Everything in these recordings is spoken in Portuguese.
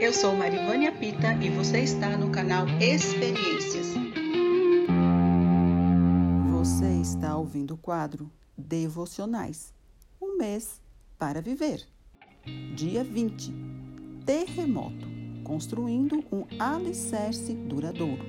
Eu sou Marivânia Pita e você está no canal Experiências. Você está ouvindo o quadro Devocionais, um mês para viver. Dia 20, terremoto, construindo um alicerce duradouro.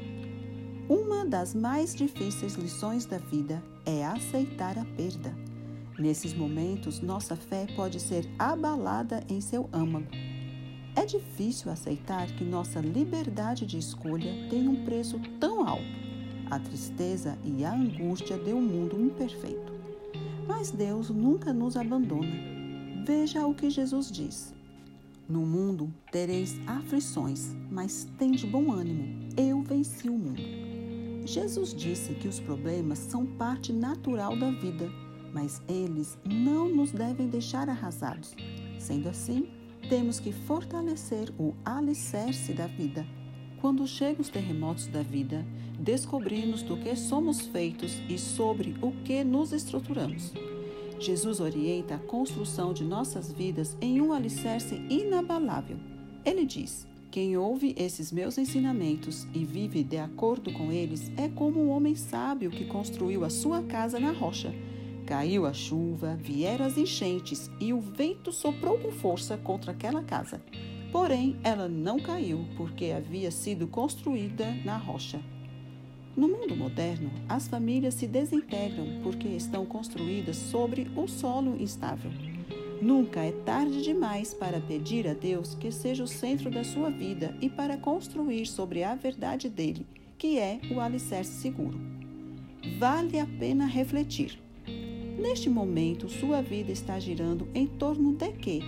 Uma das mais difíceis lições da vida é aceitar a perda. Nesses momentos, nossa fé pode ser abalada em seu âmago. É difícil aceitar que nossa liberdade de escolha tem um preço tão alto. A tristeza e a angústia de um mundo imperfeito. Mas Deus nunca nos abandona. Veja o que Jesus diz. No mundo tereis aflições, mas tende bom ânimo. Eu venci o mundo. Jesus disse que os problemas são parte natural da vida, mas eles não nos devem deixar arrasados. Sendo assim, temos que fortalecer o alicerce da vida. Quando chegam os terremotos da vida, descobrimos do que somos feitos e sobre o que nos estruturamos. Jesus orienta a construção de nossas vidas em um alicerce inabalável. Ele diz: quem ouve esses meus ensinamentos e vive de acordo com eles é como um homem sábio que construiu a sua casa na rocha. Caiu a chuva, vieram as enchentes e o vento soprou com força contra aquela casa. Porém, ela não caiu porque havia sido construída na rocha. No mundo moderno, as famílias se desintegram porque estão construídas sobre o solo instável. Nunca é tarde demais para pedir a Deus que seja o centro da sua vida e para construir sobre a verdade dele, que é o alicerce seguro. Vale a pena refletir. Neste momento, sua vida está girando em torno de quê?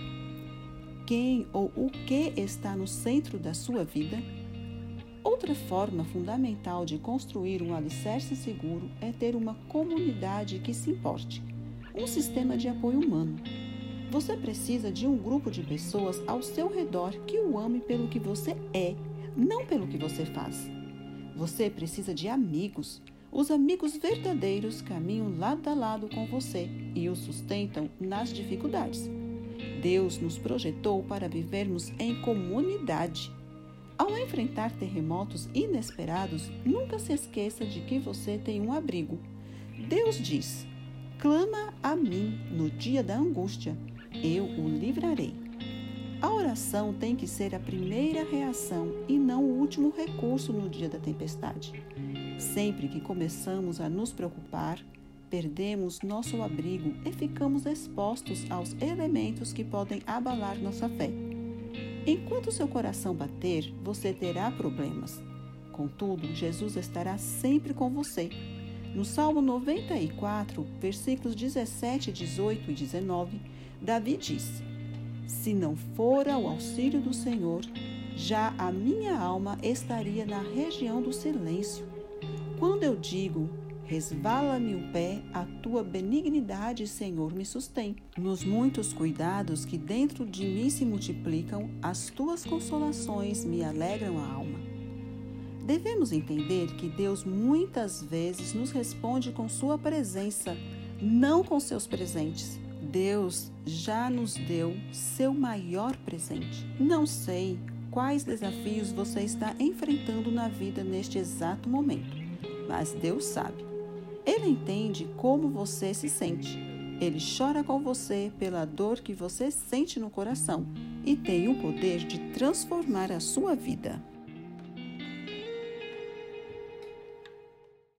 Quem ou o que está no centro da sua vida? Outra forma fundamental de construir um alicerce seguro é ter uma comunidade que se importe, um sistema de apoio humano. Você precisa de um grupo de pessoas ao seu redor que o ame pelo que você é, não pelo que você faz. Você precisa de amigos. Os amigos verdadeiros caminham lado a lado com você e o sustentam nas dificuldades. Deus nos projetou para vivermos em comunidade. Ao enfrentar terremotos inesperados, nunca se esqueça de que você tem um abrigo. Deus diz: clama a mim no dia da angústia, eu o livrarei. A oração tem que ser a primeira reação e não o último recurso no dia da tempestade. Sempre que começamos a nos preocupar, perdemos nosso abrigo e ficamos expostos aos elementos que podem abalar nossa fé. Enquanto seu coração bater, você terá problemas. Contudo, Jesus estará sempre com você. No Salmo 94, versículos 17, 18 e 19, Davi diz: se não fora o auxílio do Senhor, já a minha alma estaria na região do silêncio. Quando eu digo, resvala-me o pé, a tua benignidade, Senhor, me sustém. Nos muitos cuidados que dentro de mim se multiplicam, as tuas consolações me alegram a alma. Devemos entender que Deus muitas vezes nos responde com sua presença, não com seus presentes. Deus já nos deu seu maior presente. Não sei quais desafios você está enfrentando na vida neste exato momento, mas Deus sabe. Ele entende como você se sente. Ele chora com você pela dor que você sente no coração e tem o poder de transformar a sua vida.